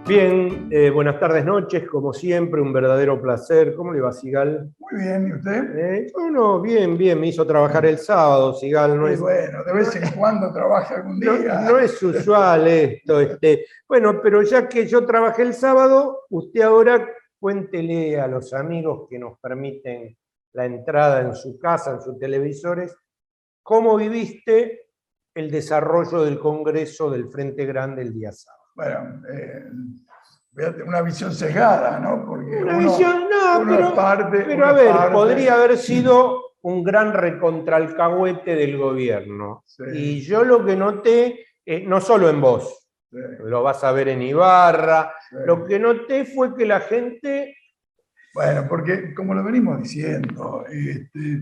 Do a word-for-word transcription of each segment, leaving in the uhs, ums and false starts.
Bien, eh, buenas tardes, noches, como siempre, un verdadero placer. ¿Cómo le va, Sigal? Muy bien, ¿y usted? Eh, no, bien, bien, me hizo trabajar el sábado, Sigal, no Y es, bueno, de no, vez en cuando trabaja algún no- no día. es usual esto. Este. Bueno, pero ya que yo trabajé el sábado, usted ahora cuéntele a los amigos que nos permiten la entrada en su casa, en sus televisores, cómo viviste el desarrollo del Congreso del Frente Grande el día sábado. Bueno, eh, voy a tener una visión sesgada, ¿no? Porque Una uno, visión, no, uno es pero, parte, pero uno a es ver, parte. podría haber sido un gran recontralcahuete del gobierno. Sí, Y yo lo que noté, eh, no solo en vos, sí, lo vas a ver en Ibarra, sí. lo que noté fue que la gente... Bueno, porque como lo venimos diciendo, este,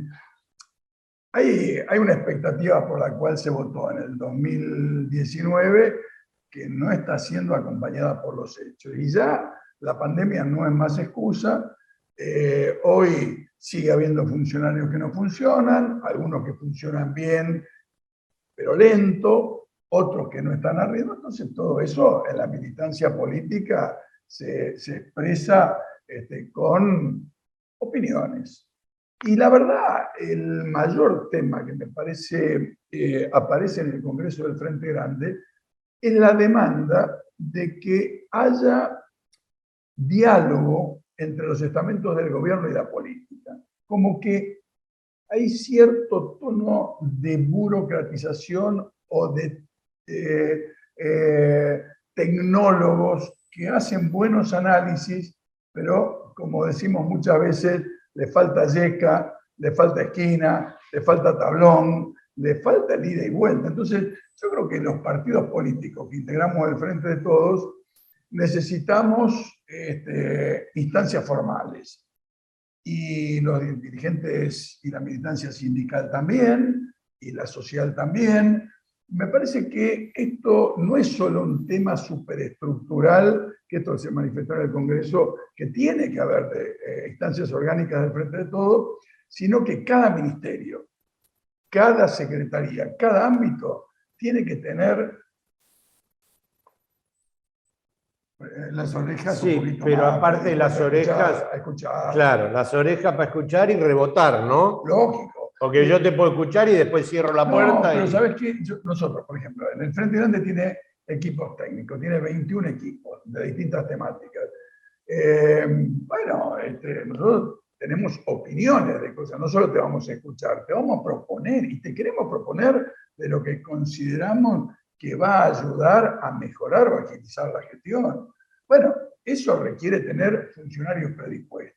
hay, hay una expectativa por la cual se votó en el dos mil diecinueve que no está siendo acompañada por los hechos. Y ya la pandemia no es más excusa. Eh, hoy sigue habiendo funcionarios que no funcionan, algunos que funcionan bien, pero lento, otros que no están arriba. Entonces todo eso en la militancia política se, se expresa este, con opiniones. Y la verdad, el mayor tema que me parece eh, aparece en el Congreso del Frente Grande es la demanda de que haya diálogo entre los estamentos del gobierno y la política. Como que hay cierto tono de burocratización o de eh, eh, tecnólogos que hacen buenos análisis, pero como decimos muchas veces, le falta yeca, le falta esquina, le falta tablón, le falta el ida y vuelta. Entonces, yo creo que los partidos políticos que integramos el Frente de Todos necesitamos este, instancias formales. Y los dirigentes y la militancia sindical también, y la social también. Me parece que esto no es solo un tema superestructural, que esto se manifestó en el Congreso, que tiene que haber de, eh, instancias orgánicas del Frente de Todos, sino que cada ministerio, cada secretaría, cada ámbito tiene que tener las orejas un Sí, poquito pero más aparte de las predispuestas a orejas, escuchar, a escuchar. claro, las orejas para escuchar y rebotar, ¿no? Lógico. Porque yo Eh, te puedo escuchar y después cierro la No, puerta pero y... ¿sabes qué? Yo- nosotros, por ejemplo, en el Frente Grande tiene equipos técnicos, tiene veintiún equipos de distintas temáticas. Eh, bueno, este, nosotros tenemos opiniones de cosas, no solo te vamos a escuchar, te vamos a proponer y te queremos proponer de lo que consideramos que va a ayudar a mejorar o agilizar la gestión. Bueno, eso requiere tener funcionarios predispuestos.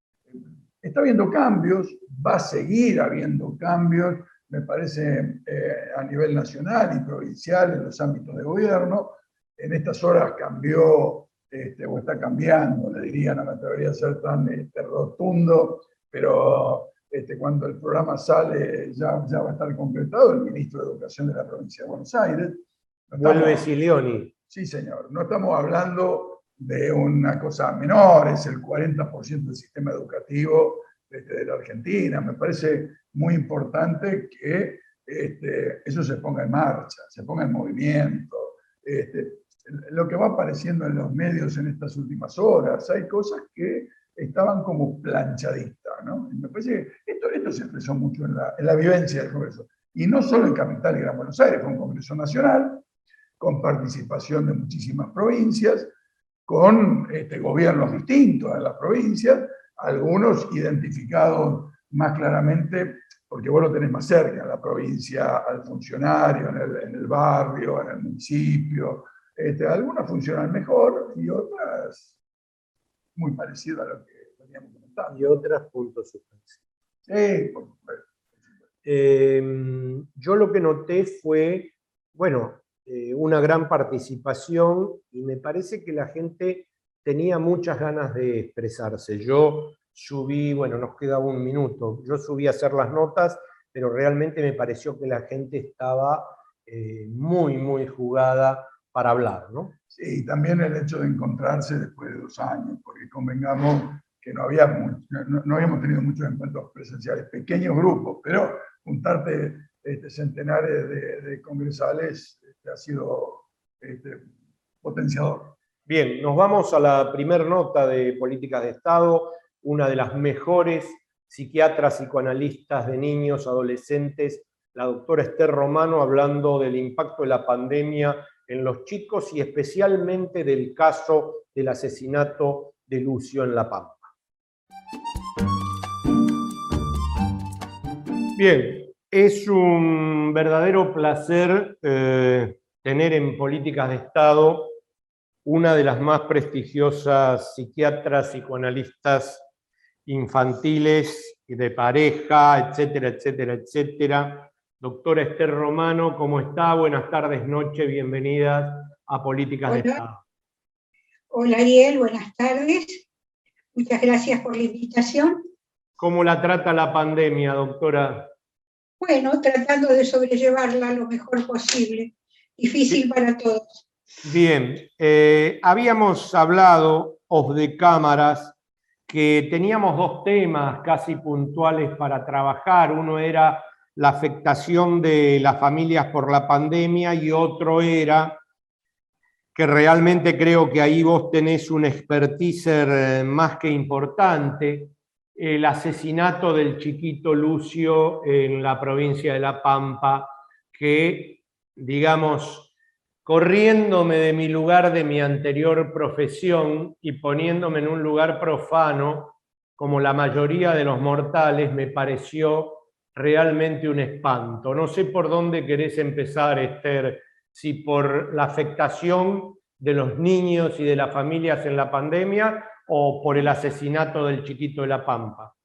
Está habiendo cambios, va a seguir habiendo cambios, me parece, eh, a nivel nacional y provincial en los ámbitos de gobierno. En estas horas cambió, este, o está cambiando, le diría, no me atrevería a ser tan este, rotundo, pero este, cuando el programa sale ya, ya va a estar completado el ministro de Educación de la provincia de Buenos Aires. No Vuelve estamos, Silioni. sí, señor, no estamos hablando de una cosa menor, es el cuarenta por ciento del sistema educativo este, de la Argentina. Me parece muy importante que este, eso se ponga en marcha, se ponga en movimiento. Este, lo que va apareciendo en los medios en estas últimas horas, hay cosas que estaban como planchaditas, ¿no? Y me parece que esto, esto se expresó mucho en la, en la vivencia del Congreso. Y no solo en Capital y Gran Buenos Aires, fue un Congreso nacional, con participación de muchísimas provincias, con este, gobiernos distintos en las provincias, algunos identificados más claramente, porque vos lo tenés más cerca, en la provincia, al funcionario, en el, en el barrio, en el municipio. Este, algunas funcionan mejor y otras muy parecidas a lo que veníamos comentando. Y otras puntos suspensivos. Sí, por supuesto. Eh, yo lo que noté fue, bueno, eh, una gran participación y me parece que la gente tenía muchas ganas de expresarse. Yo subí, bueno, nos queda un minuto, yo subí a hacer las notas, pero realmente me pareció que la gente estaba eh, muy, muy jugada para hablar, ¿no? Sí, también el hecho de encontrarse después de dos años, porque convengamos que no, había mucho, no, no habíamos tenido muchos encuentros presenciales, pequeños grupos, pero juntarte este, centenares de, de congresales este, ha sido este, potenciador. Bien, nos vamos a la primer nota de Políticas de Estado, una de las mejores psiquiatras psicoanalistas de niños, adolescentes, la doctora Esther Romano, hablando del impacto de la pandemia en los chicos y especialmente del caso del asesinato de Lucio en La Pampa. Bien, es un verdadero placer eh, tener en Políticas de Estado una de las más prestigiosas psiquiatras, psicoanalistas infantiles y de pareja, etcétera, etcétera, etcétera. Doctora Esther Romano, ¿cómo está? Buenas tardes, noche, bienvenidas a Políticas Hola. de Estado. Hola Ariel, buenas tardes. Muchas gracias por la invitación. ¿Cómo la trata la pandemia, doctora? Bueno, tratando de sobrellevarla lo mejor posible. Difícil para todos. Bien, eh, habíamos hablado off de cámaras que teníamos dos temas casi puntuales para trabajar. Uno era la afectación de las familias por la pandemia y otro era, que realmente creo que ahí vos tenés un expertiser más que importante, el asesinato del chiquito Lucio en la provincia de La Pampa, que, digamos, corriéndome de mi lugar de mi anterior profesión y poniéndome en un lugar profano, como la mayoría de los mortales, me pareció realmente un espanto. No sé por dónde querés empezar, Esther, si por la afectación de los niños y de las familias en la pandemia o por el asesinato del chiquito de La Pampa.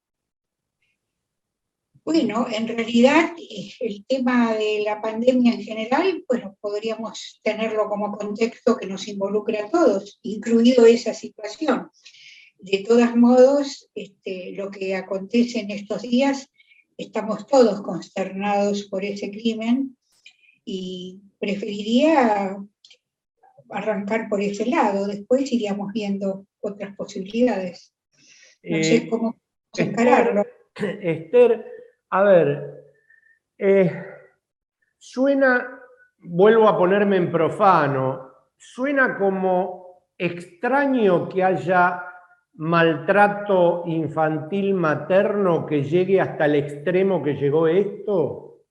Bueno, en realidad el tema de la pandemia en general, bueno, podríamos tenerlo como contexto que nos involucra a todos, incluido esa situación. De todos modos, este, lo que acontece en estos días, estamos todos consternados por ese crimen y preferiría arrancar por ese lado, después iríamos viendo otras posibilidades. No eh, sé cómo encararlo. Esther, Esther, a ver, eh, suena, vuelvo a ponerme en profano, suena como extraño que haya maltrato infantil materno que llegue hasta el extremo que llegó esto.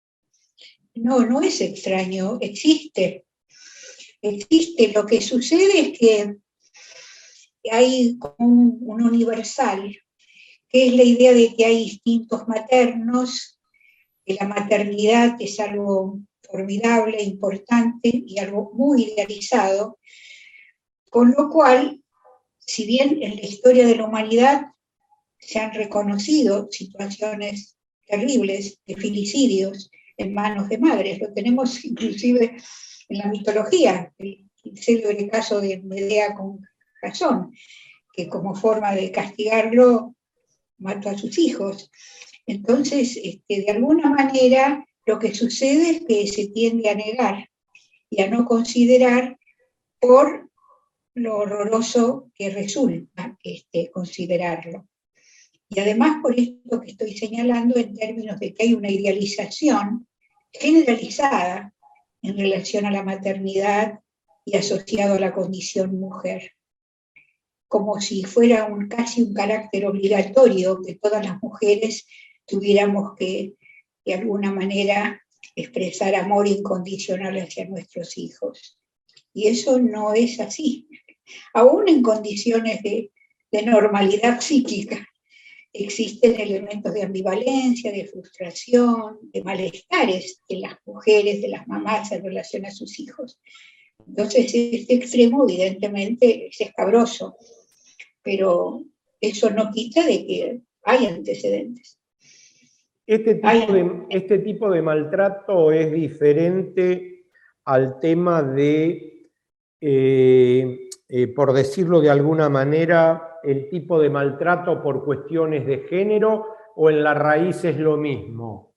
No, no es extraño, existe. Existe. Lo que sucede es que hay un, un universal, que es la idea de que hay instintos maternos, que la maternidad es algo formidable, importante y algo muy idealizado, con lo cual, si bien en la historia de la humanidad se han reconocido situaciones terribles de filicidios en manos de madres, lo tenemos inclusive en la mitología, el célebre caso de Medea con Jasón, que como forma de castigarlo mató a sus hijos. Entonces, este, de alguna manera, lo que sucede es que se tiende a negar y a no considerar por lo horroroso que resulta este, considerarlo. Y además por esto que estoy señalando en términos de que hay una idealización generalizada en relación a la maternidad y asociado a la condición mujer, como si fuera un, casi un carácter obligatorio que todas las mujeres tuviéramos que, de alguna manera, expresar amor incondicional hacia nuestros hijos. Y eso no es así. Aún en condiciones de, de normalidad psíquica, existen elementos de ambivalencia, de frustración, de malestares de las mujeres, de las mamás en relación a sus hijos. Entonces, este extremo, evidentemente, es escabroso, pero eso no quita de que hay antecedentes. Este tipo, de, este tipo de maltrato es diferente al tema de, eh, eh, por decirlo de alguna manera, el tipo de maltrato por cuestiones de género, o en la raíz es lo mismo.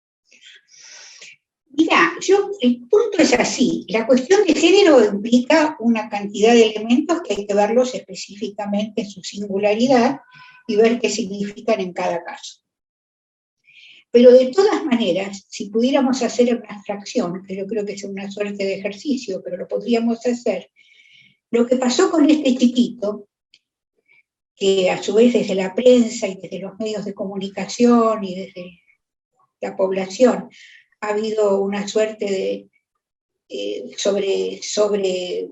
Mira, yo, el punto es así. La cuestión de género implica una cantidad de elementos que hay que verlos específicamente en su singularidad y ver qué significan en cada caso. Pero de todas maneras, si pudiéramos hacer una abstracción, que yo creo que es una suerte de ejercicio, pero lo podríamos hacer, Lo que pasó con este chiquito, que a su vez desde la prensa y desde los medios de comunicación y desde la población ha habido una suerte de eh, sobre, sobre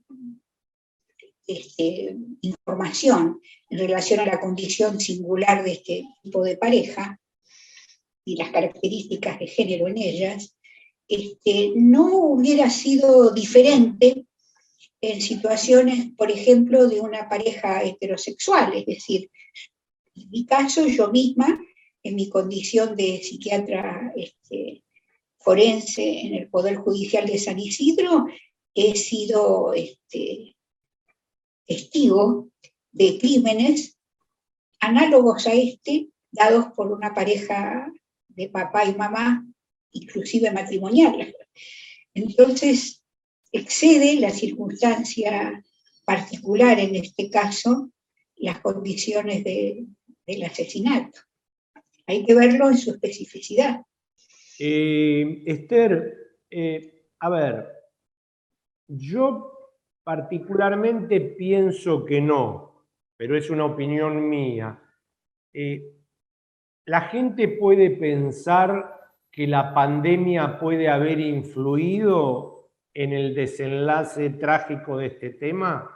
este, información en relación a la condición singular de este tipo de pareja y las características de género en ellas, este, no hubiera sido diferente en situaciones, por ejemplo, de una pareja heterosexual. Es decir, en mi caso, yo misma, en mi condición de psiquiatra este, forense en el Poder Judicial de San Isidro, he sido este, testigo de crímenes análogos a este, dados por una pareja de papá y mamá, inclusive matrimonial. Entonces, excede la circunstancia particular, en este caso, las condiciones de, del asesinato. Hay que verlo en su especificidad. Eh, Esther, eh, a ver, yo particularmente pienso que no, pero es una opinión mía. Eh, la gente puede pensar que la pandemia puede haber influido en el desenlace trágico de este tema.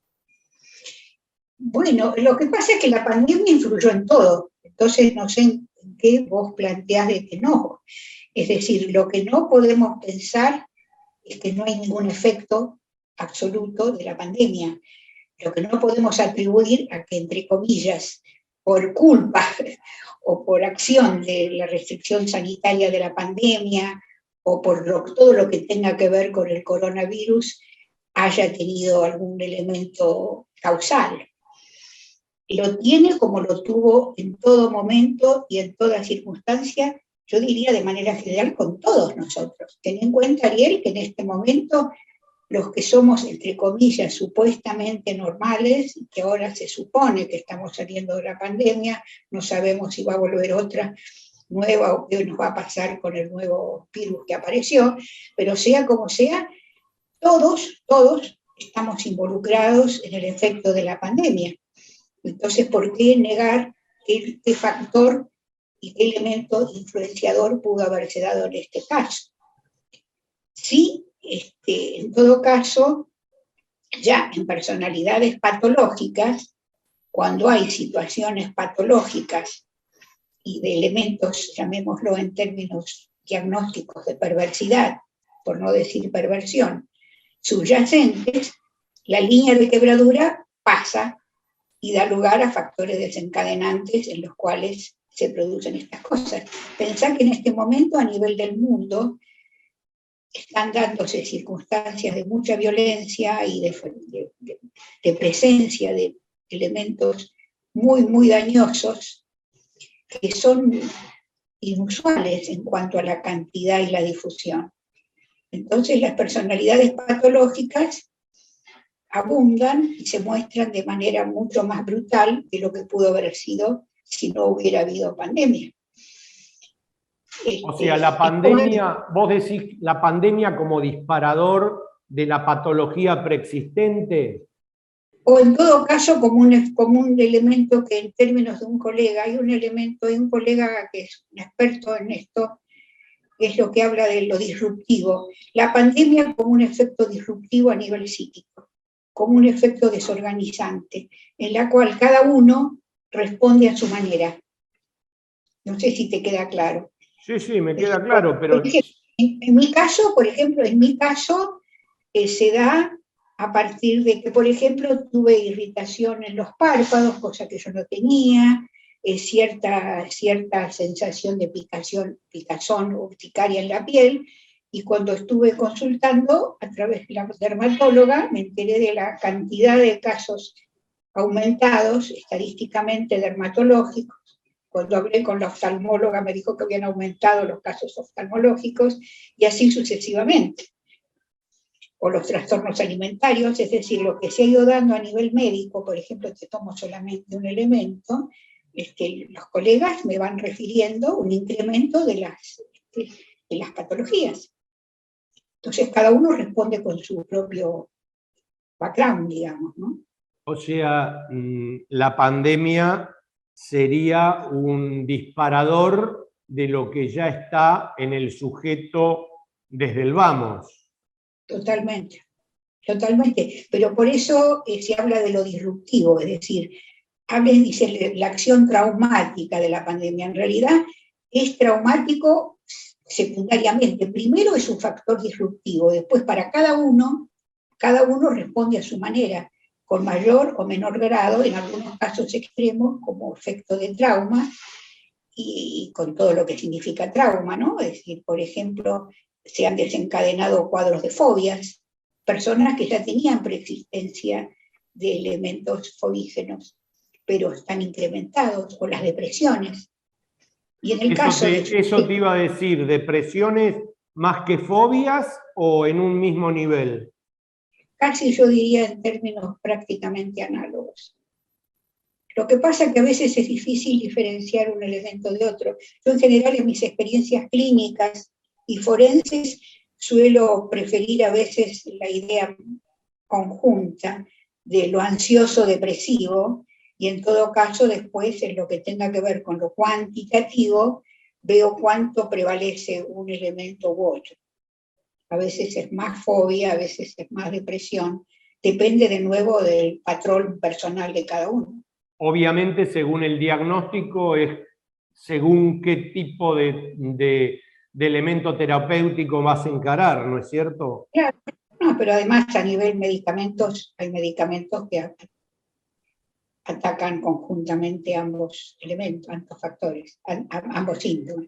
Bueno, lo que pasa es que la pandemia influyó en todo, entonces no sé en qué vos planteás de que no. Es decir, lo que no podemos pensar es que no hay ningún efecto absoluto de la pandemia. Lo que no podemos atribuir a que, entre comillas, por culpa o por acción de la restricción sanitaria de la pandemia o por lo, todo lo que tenga que ver con el coronavirus, haya tenido algún elemento causal. Lo tiene como lo tuvo en todo momento y en toda circunstancia, yo diría de manera general con todos nosotros. Ten en cuenta, Ariel, que en este momento los que somos, entre comillas, supuestamente normales, y que ahora se supone que estamos saliendo de la pandemia, no sabemos si va a volver otra nueva o qué nos va a pasar con el nuevo virus que apareció, pero sea como sea, todos, todos estamos involucrados en el efecto de la pandemia. Entonces, ¿por qué negar qué, qué factor y qué elemento influenciador pudo haberse dado en este caso? Sí, este, en todo caso, ya en personalidades patológicas, cuando hay situaciones patológicas y de elementos, llamémoslo en términos diagnósticos de perversidad, por no decir perversión, subyacentes, la línea de quebradura pasa y da lugar a factores desencadenantes en los cuales se producen estas cosas. Pensá que en este momento, a nivel del mundo, están dándose circunstancias de mucha violencia y de, de, de, de presencia de elementos muy, muy dañosos que son inusuales en cuanto a la cantidad y la difusión. Entonces, las personalidades patológicas abundan y se muestran de manera mucho más brutal de lo que pudo haber sido si no hubiera habido pandemia. O sea, la pandemia, vos decís la pandemia como disparador de la patología preexistente. O en todo caso como un, como un elemento que en términos de un colega, hay un elemento, hay un colega que es un experto en esto, que es lo que habla de lo disruptivo. La pandemia como un efecto disruptivo a nivel psíquico, como un efecto desorganizante, en la cual cada uno responde a su manera. No sé si te queda claro. Sí, sí, me queda claro, pero... En, en mi caso, por ejemplo, en mi caso, eh, se da a partir de que, por ejemplo, tuve irritación en los párpados, cosa que yo no tenía, eh, cierta, cierta sensación de picación, picazón o urticaria en la piel, y cuando estuve consultando a través de la dermatóloga, me enteré de la cantidad de casos aumentados estadísticamente dermatológicos. Cuando hablé con la oftalmóloga me dijo que habían aumentado los casos oftalmológicos y así sucesivamente. O los trastornos alimentarios, es decir, lo que se ha ido dando a nivel médico, por ejemplo, te tomo solamente un elemento, este, los colegas me van refiriendo un incremento de las, este, de las patologías. Entonces cada uno responde con su propio, background, digamos, ¿no? O sea, la pandemia sería un disparador de lo que ya está en el sujeto desde el vamos. Totalmente, totalmente. Pero por eso eh, se habla de lo disruptivo, es decir, alguien dice la acción traumática de la pandemia. En realidad es traumático secundariamente. Primero es un factor disruptivo, después para cada uno, cada uno responde a su manera, con mayor o menor grado, en algunos casos extremos, como efecto de trauma, y, y con todo lo que significa trauma, ¿no? Es decir, por ejemplo, se han desencadenado cuadros de fobias, personas que ya tenían preexistencia de elementos fobígenos, pero están incrementados, o las depresiones. Y en el eso, caso te, de... eso te iba a decir, ¿depresiones más que fobias o en un mismo nivel? Casi yo diría en términos prácticamente análogos. Lo que pasa es que a veces es difícil diferenciar un elemento de otro. Yo en general en mis experiencias clínicas y forenses suelo preferir a veces la idea conjunta de lo ansioso depresivo, y en todo caso después en lo que tenga que ver con lo cuantitativo veo cuánto prevalece un elemento u otro. A veces es más fobia, a veces es más depresión, depende de nuevo del patrón personal de cada uno. Obviamente, según el diagnóstico, es según qué tipo de, de, de elemento terapéutico vas a encarar, ¿no es cierto? Claro, no, pero además a nivel medicamentos, hay medicamentos que atacan conjuntamente ambos elementos, ambos factores, ambos síntomas.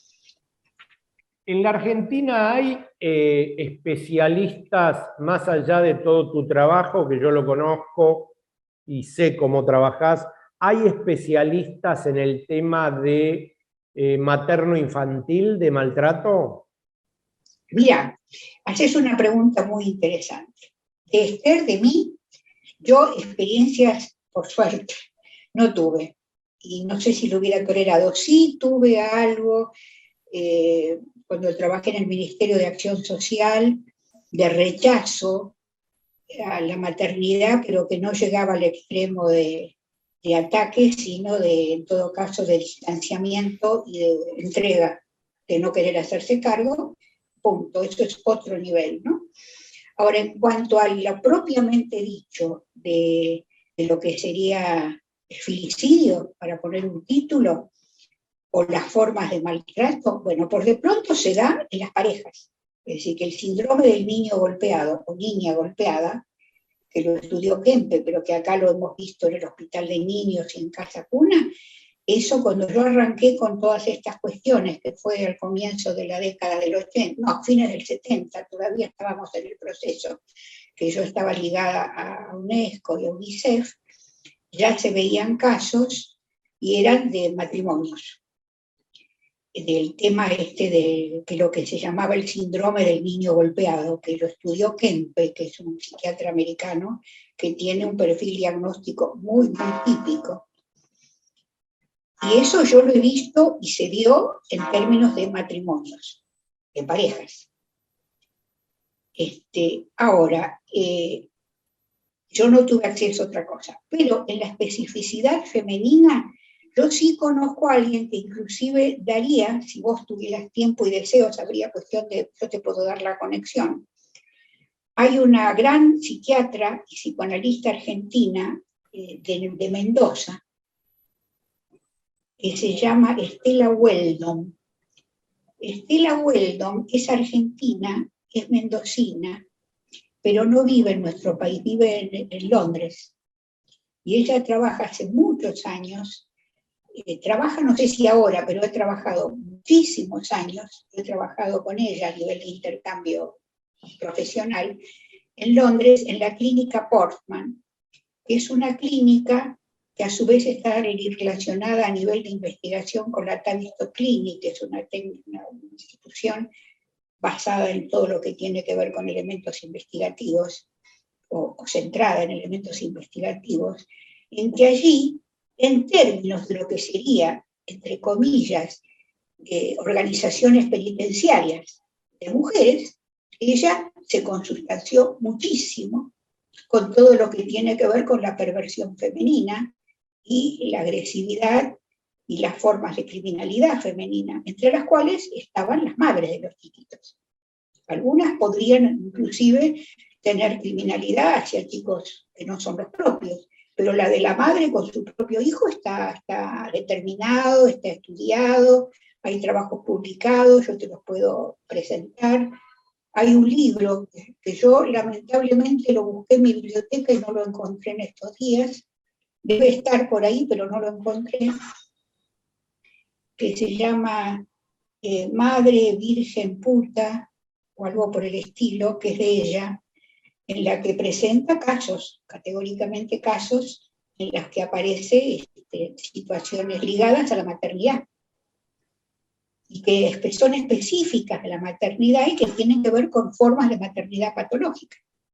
En la Argentina hay eh, especialistas, más allá de todo tu trabajo, que yo lo conozco y sé cómo trabajás, ¿hay especialistas en el tema de eh, materno-infantil, de maltrato? Mira, haces una pregunta muy interesante. De Esther, de mí, yo experiencias, por suerte, no tuve. Y no sé si lo hubiera tolerado. Sí tuve algo, eh, cuando trabajé en el Ministerio de Acción Social, de rechazo a la maternidad, pero que no llegaba al extremo de, de ataque, sino de, en todo caso, de distanciamiento y de entrega, de no querer hacerse cargo, punto. Eso es otro nivel, ¿no? Ahora, en cuanto a lo propiamente dicho de, de lo que sería el filicidio, para poner un título, o las formas de maltrato, bueno, por de pronto se da en las parejas. Es decir, que el síndrome del niño golpeado o niña golpeada, que lo estudió Kempe, pero que acá lo hemos visto en el hospital de niños y en Casa Cuna, eso cuando yo arranqué con todas estas cuestiones, que fue al comienzo de la década del ochenta, no, a fines del setenta, todavía estábamos en el proceso, que yo estaba ligada a UNESCO y a UNICEF, ya se veían casos y eran de matrimonios. Del tema este de que lo que se llamaba el síndrome del niño golpeado, que lo estudió Kempe, que es un psiquiatra americano, que tiene un perfil diagnóstico muy, muy típico. Y eso yo lo he visto y se dio en términos de matrimonios, de parejas. Este, ahora, eh, yo no tuve acceso a otra cosa, pero en la especificidad femenina, yo sí conozco a alguien que inclusive daría, si vos tuvieras tiempo y deseos, habría cuestión de, yo te puedo dar la conexión. Hay una gran psiquiatra y psicoanalista argentina eh, de, de Mendoza, que se llama Estela Weldon. Estela Weldon es argentina, es mendocina, pero no vive en nuestro país, vive en, en Londres. Y ella trabaja hace muchos años, eh, trabaja no sé si ahora, pero he trabajado muchísimos años, he trabajado con ella a nivel de intercambio profesional, en Londres, en la clínica Portman, que es una clínica que a su vez está relacionada a nivel de investigación con la Tavistock Clinic, que es una, una institución basada en todo lo que tiene que ver con elementos investigativos, o, o centrada en elementos investigativos, en que allí, en términos de lo que sería, entre comillas, eh, organizaciones penitenciarias de mujeres, ella se consustanció muchísimo con todo lo que tiene que ver con la perversión femenina y la agresividad y las formas de criminalidad femenina, entre las cuales estaban las madres de los chiquitos. Algunas podrían inclusive tener criminalidad hacia chicos que no son los propios, pero la de la madre con su propio hijo está, está determinado, está estudiado, hay trabajos publicados, yo te los puedo presentar. Hay un libro que yo lamentablemente lo busqué en mi biblioteca y no lo encontré en estos días, debe estar por ahí, pero no lo encontré, que se llama eh, Madre Virgen Puta, o algo por el estilo, que es de ella, en la que presenta casos, categóricamente casos, en las que aparece este, situaciones ligadas a la maternidad, y que son específicas de la maternidad y que tienen que ver con formas de maternidad patológica.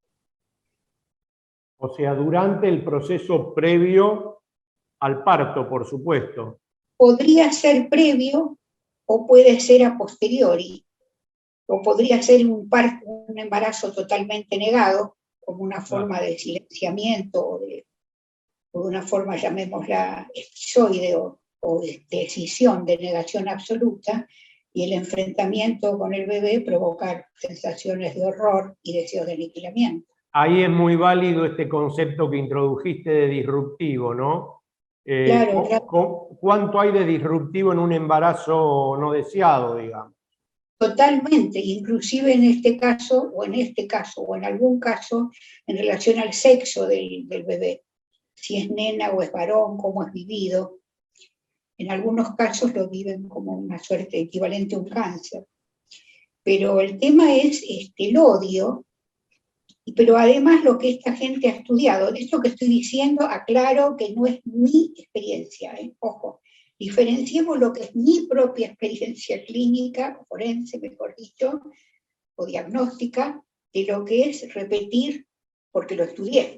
O sea, durante el proceso previo al parto, por supuesto. Podría ser previo o puede ser a posteriori, o podría ser un, parto, un embarazo totalmente negado, como una forma de silenciamiento o de, o de una forma, llamémosla, esquizoide o, o de decisión de negación absoluta, y el enfrentamiento con el bebé provocar sensaciones de horror y deseos de aniquilamiento. Ahí es muy válido este concepto que introdujiste de disruptivo, ¿no? Eh, claro, claro. ¿Cuánto hay de disruptivo en un embarazo no deseado, digamos? Totalmente, inclusive en este caso, o en este caso, o en algún caso, en relación al sexo del, del bebé, si es nena o es varón, cómo es vivido. En algunos casos lo viven como una suerte equivalente a un cáncer. Pero el tema es este, el odio, pero además lo que esta gente ha estudiado. De esto que estoy diciendo, aclaro que no es mi experiencia, ¿eh? Ojo. Diferenciemos lo que es mi propia experiencia clínica, forense, mejor dicho, o diagnóstica, de lo que es repetir porque lo estudié.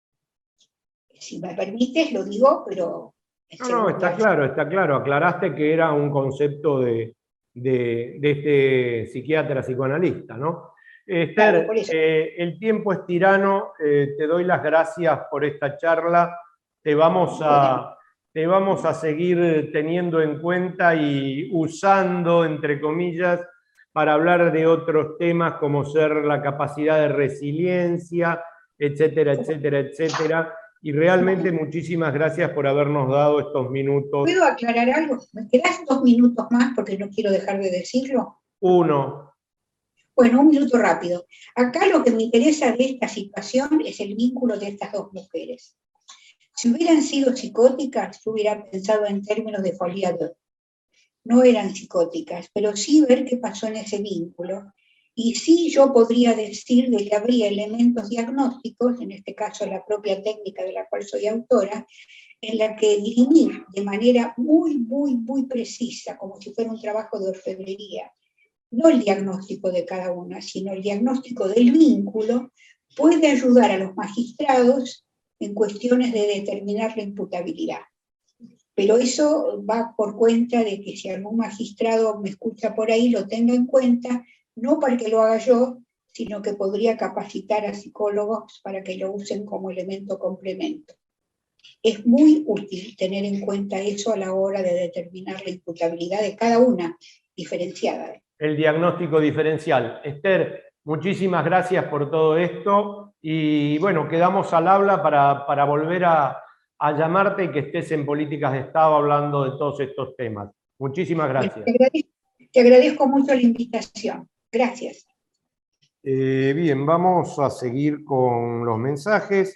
Si me permites, lo digo, pero... No, no, está claro, está claro. Aclaraste que era un concepto de, de, de este psiquiatra psicoanalista, ¿no? Esther, claro, eh, el tiempo es tirano, eh, te doy las gracias por esta charla, te vamos a... te vamos a seguir teniendo en cuenta y usando, entre comillas, para hablar de otros temas como ser la capacidad de resiliencia, etcétera, etcétera, etcétera. Y realmente muchísimas gracias por habernos dado estos minutos. ¿Puedo aclarar algo? ¿Me quedas dos minutos más porque no quiero dejar de decirlo? Uno. Bueno, un minuto rápido. Acá lo que me interesa de esta situación es el vínculo de estas dos mujeres. Si hubieran sido psicóticas, yo hubiera pensado en términos de folie deux. No eran psicóticas, pero sí ver qué pasó en ese vínculo. Y sí yo podría decir de que habría elementos diagnósticos, en este caso la propia técnica de la cual soy autora, en la que dirimir de manera muy, muy, muy precisa, como si fuera un trabajo de orfebrería, no el diagnóstico de cada una, sino el diagnóstico del vínculo, puede ayudar a los magistrados en cuestiones de determinar la imputabilidad. Pero eso va por cuenta de que si algún magistrado me escucha por ahí, lo tenga en cuenta, no para que lo haga yo, sino que podría capacitar a psicólogos para que lo usen como elemento complemento. Es muy útil tener en cuenta eso a la hora de determinar la imputabilidad de cada una, diferenciada. El diagnóstico diferencial. Esther, muchísimas gracias por todo esto y bueno, quedamos al habla para, para volver a, a llamarte y que estés en Políticas de Estado hablando de todos estos temas. Muchísimas gracias. Te agradezco, te agradezco mucho la invitación. Gracias. Eh, bien, vamos a seguir con los mensajes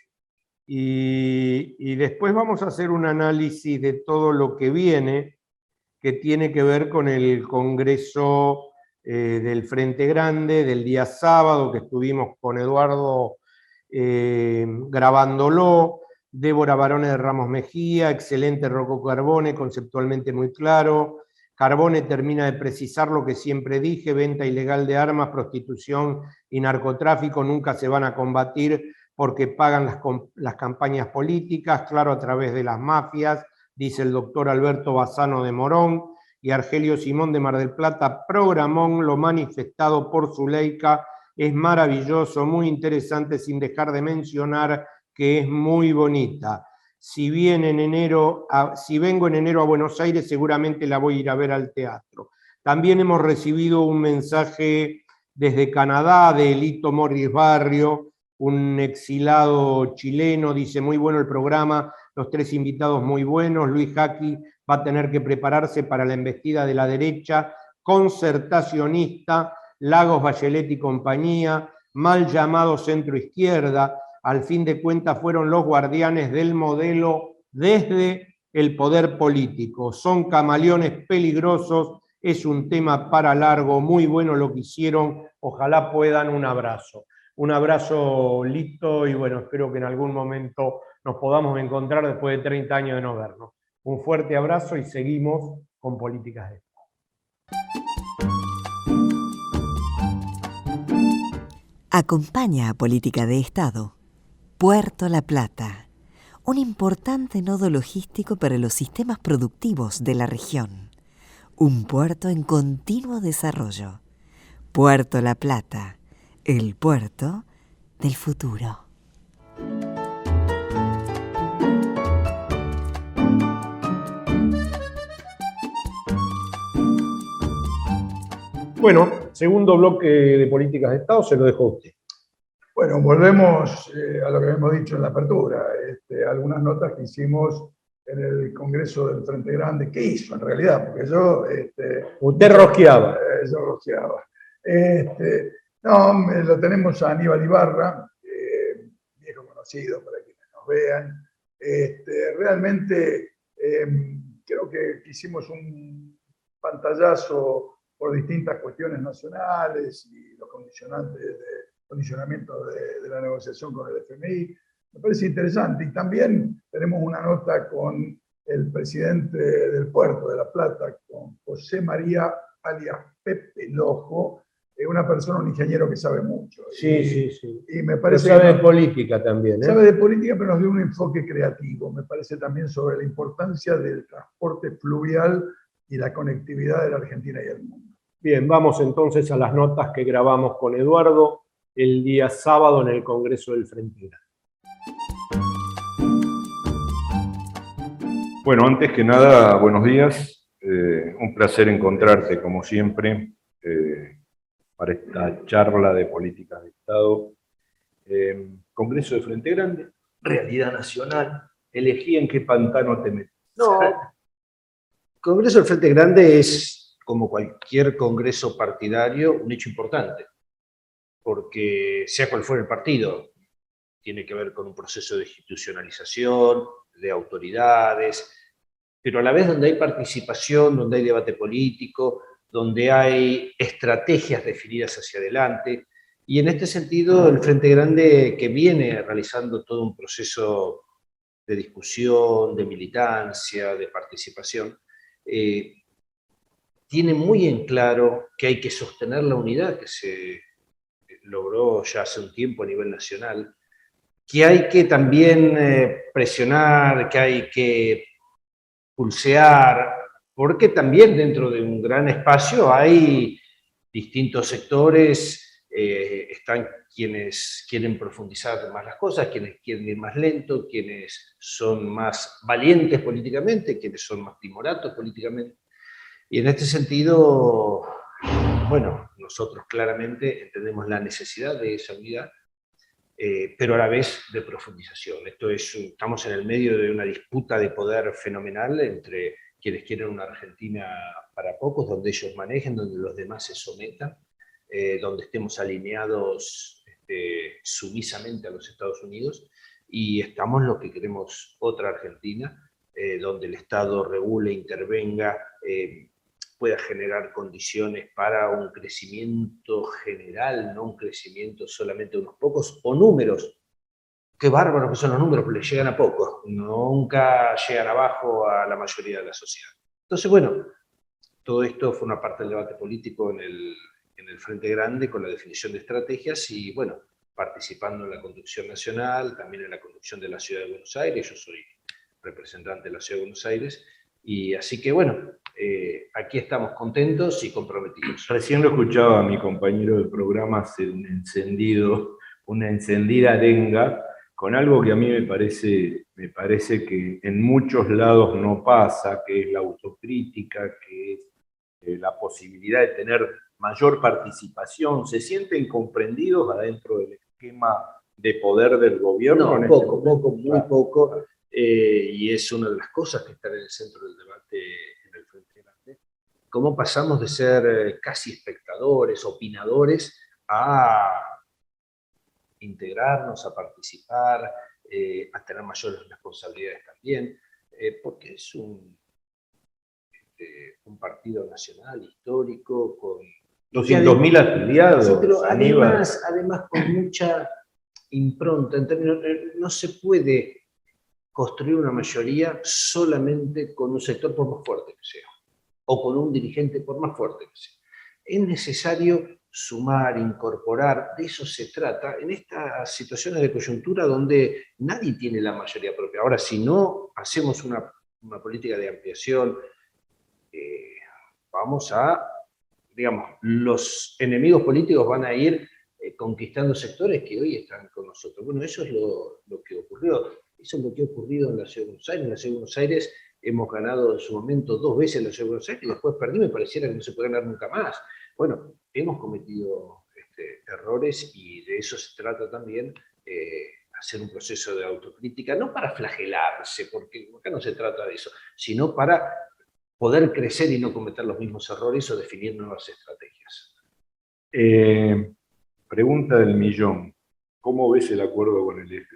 y, y después vamos a hacer un análisis de todo lo que viene, que tiene que ver con el Congreso eh, del Frente Grande del día sábado, que estuvimos con Eduardo eh, grabándolo, Débora Barone de Ramos Mejía, excelente Rocco Carbone, conceptualmente muy claro. Carbone termina de precisar lo que siempre dije: venta ilegal de armas, prostitución y narcotráfico nunca se van a combatir porque pagan las, las campañas políticas, claro, a través de las mafias, dice el doctor Alberto Bassano de Morón, y Argelio Simón de Mar del Plata, programón lo manifestado por Zuleika es maravilloso, muy interesante, sin dejar de mencionar que es muy bonita. Si, bien en enero a, si vengo en enero a Buenos Aires, seguramente la voy a ir a ver al teatro. También hemos recibido un mensaje desde Canadá de Elito Morris Barrio, un exilado chileno, dice: muy bueno el programa, los tres invitados muy buenos, Luis Jaki va a tener que prepararse para la embestida de la derecha concertacionista, Lagos, Bachelet y compañía, mal llamado centro izquierda, al fin de cuentas fueron los guardianes del modelo desde el poder político. Son camaleones peligrosos, es un tema para largo, muy bueno lo que hicieron, ojalá puedan. Un abrazo. Un abrazo, Lito, y bueno, espero que en algún momento nos podamos encontrar después de treinta años de no vernos. Un fuerte abrazo y seguimos con Políticas de Estado. Acompaña a Política de Estado Puerto La Plata, un importante nodo logístico para los sistemas productivos de la región. Un puerto en continuo desarrollo. Puerto La Plata, el puerto del futuro. Bueno, segundo bloque de Políticas de Estado, se lo dejo a usted. Bueno, volvemos eh, a lo que hemos dicho en la apertura. Este, algunas notas que hicimos en el Congreso del Frente Grande. ¿Qué hizo en realidad? Porque yo... Este, usted rosqueaba. Eh, yo rosqueaba. Este, no, lo tenemos a Aníbal Ibarra, eh, viejo conocido para quienes nos vean. Este, realmente eh, creo que hicimos un pantallazo por distintas cuestiones nacionales y los condicionantes de condicionamiento de, de la negociación con el F M I. Me parece interesante. Y también tenemos una nota con el presidente del puerto de La Plata, con José María alias Pepe Lojo, eh, una persona, un ingeniero que sabe mucho. Sí, y, sí, sí. Y me parece pero sabe que de política también. ¿eh? Sabe de política, pero nos dio un enfoque creativo. Me parece también sobre la importancia del transporte fluvial y la conectividad de la Argentina y el mundo. Bien, vamos entonces a las notas que grabamos con Eduardo el día sábado en el Congreso del Frente Grande. Bueno, antes que nada, buenos días. Eh, un placer encontrarte, como siempre, eh, para esta charla de políticas de Estado. Eh, Congreso del Frente Grande, realidad nacional. Elegí en qué pantano te metes. No, Congreso del Frente Grande es, como cualquier congreso partidario, un hecho importante. Porque sea cual fuera el partido, tiene que ver con un proceso de institucionalización, de autoridades, pero a la vez donde hay participación, donde hay debate político, donde hay estrategias definidas hacia adelante. Y en este sentido, el Frente Grande, que viene realizando todo un proceso de discusión, de militancia, de participación, eh, tiene muy en claro que hay que sostener la unidad que se logró ya hace un tiempo a nivel nacional, que hay que también eh, presionar, que hay que pulsear, porque también dentro de un gran espacio hay distintos sectores, eh, están quienes quieren profundizar más las cosas, quienes quieren ir más lento, quienes son más valientes políticamente, quienes son más timoratos políticamente. Y en este sentido, bueno, nosotros claramente entendemos la necesidad de esa unidad, eh, pero a la vez de profundización. Esto es, estamos en el medio de una disputa de poder fenomenal entre quienes quieren una Argentina para pocos, donde ellos manejen, donde los demás se sometan, eh, donde estemos alineados este, sumisamente a los Estados Unidos, y estamos los que queremos otra Argentina, eh, donde el Estado regule, intervenga, eh, pueda generar condiciones para un crecimiento general, no un crecimiento solamente de unos pocos, o números. Qué bárbaros que son los números, pero les llegan a pocos, nunca llegan abajo a la mayoría de la sociedad. Entonces, bueno, todo esto forma parte del debate político en el, en el Frente Grande, con la definición de estrategias y, bueno, participando en la conducción nacional, también en la conducción de la Ciudad de Buenos Aires. Yo soy representante de la Ciudad de Buenos Aires, y así que, bueno, eh, aquí estamos contentos y comprometidos. Recién lo escuchaba a mi compañero de programa hacer un encendido, una encendida arenga, con algo que a mí me parece, me parece que en muchos lados no pasa, que es la autocrítica, que es eh, la posibilidad de tener mayor participación. ¿Se sienten comprendidos adentro del esquema de poder del gobierno? No, poco, poco, muy poco, eh, y es una de las cosas que están en el centro del debate en el Frente Grande. Cómo pasamos de ser eh, casi espectadores, opinadores, a integrarnos, a participar, eh, a tener mayores responsabilidades también, eh, porque es un, este, un partido nacional, histórico, con doscientos mil afiliados. Sí, pero además, además con mucha impronta, en términos, no se puede construir una mayoría solamente con un sector por más fuerte que sea, o con un dirigente por más fuerte que sea. Es necesario sumar, incorporar, de eso se trata, en estas situaciones de coyuntura donde nadie tiene la mayoría propia. Ahora, si no hacemos una, una política de ampliación, eh, vamos a, digamos, los enemigos políticos van a ir eh, conquistando sectores que hoy están con nosotros. Bueno, eso es lo, lo que ocurrió. Eso es lo que ha ocurrido en la Ciudad de Buenos Aires. En la Ciudad de Buenos Aires hemos ganado en su momento dos veces en la Ciudad de Buenos Aires y después perdimos y pareciera que no se puede ganar nunca más. Bueno, hemos cometido este, errores y de eso se trata también, eh, hacer un proceso de autocrítica, no para flagelarse, porque acá no se trata de eso, sino para poder crecer y no cometer los mismos errores o definir nuevas estrategias. Eh, pregunta del millón. ¿Cómo ves el acuerdo con el F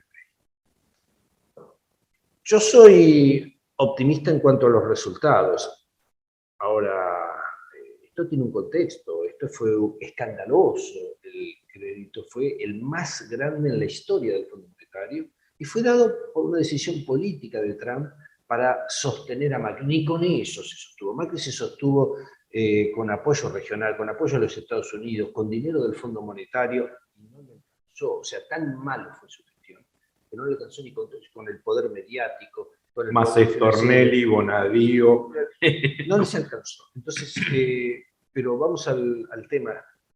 P? Yo soy optimista en cuanto a los resultados. Ahora, esto tiene un contexto, esto fue escandaloso, el crédito fue el más grande en la historia del Fondo Monetario y fue dado por una decisión política de Trump para sostener a Macri. Ni con eso se sostuvo. Macri se sostuvo eh, con apoyo regional, con apoyo de los Estados Unidos, con dinero del Fondo Monetario, y no le alcanzó. O sea, tan malo fue su gestión, que no le alcanzó ni con, con el poder mediático. Con el Más Stornelli, Bonadío. No les alcanzó. Entonces, eh, pero vamos al, al tema.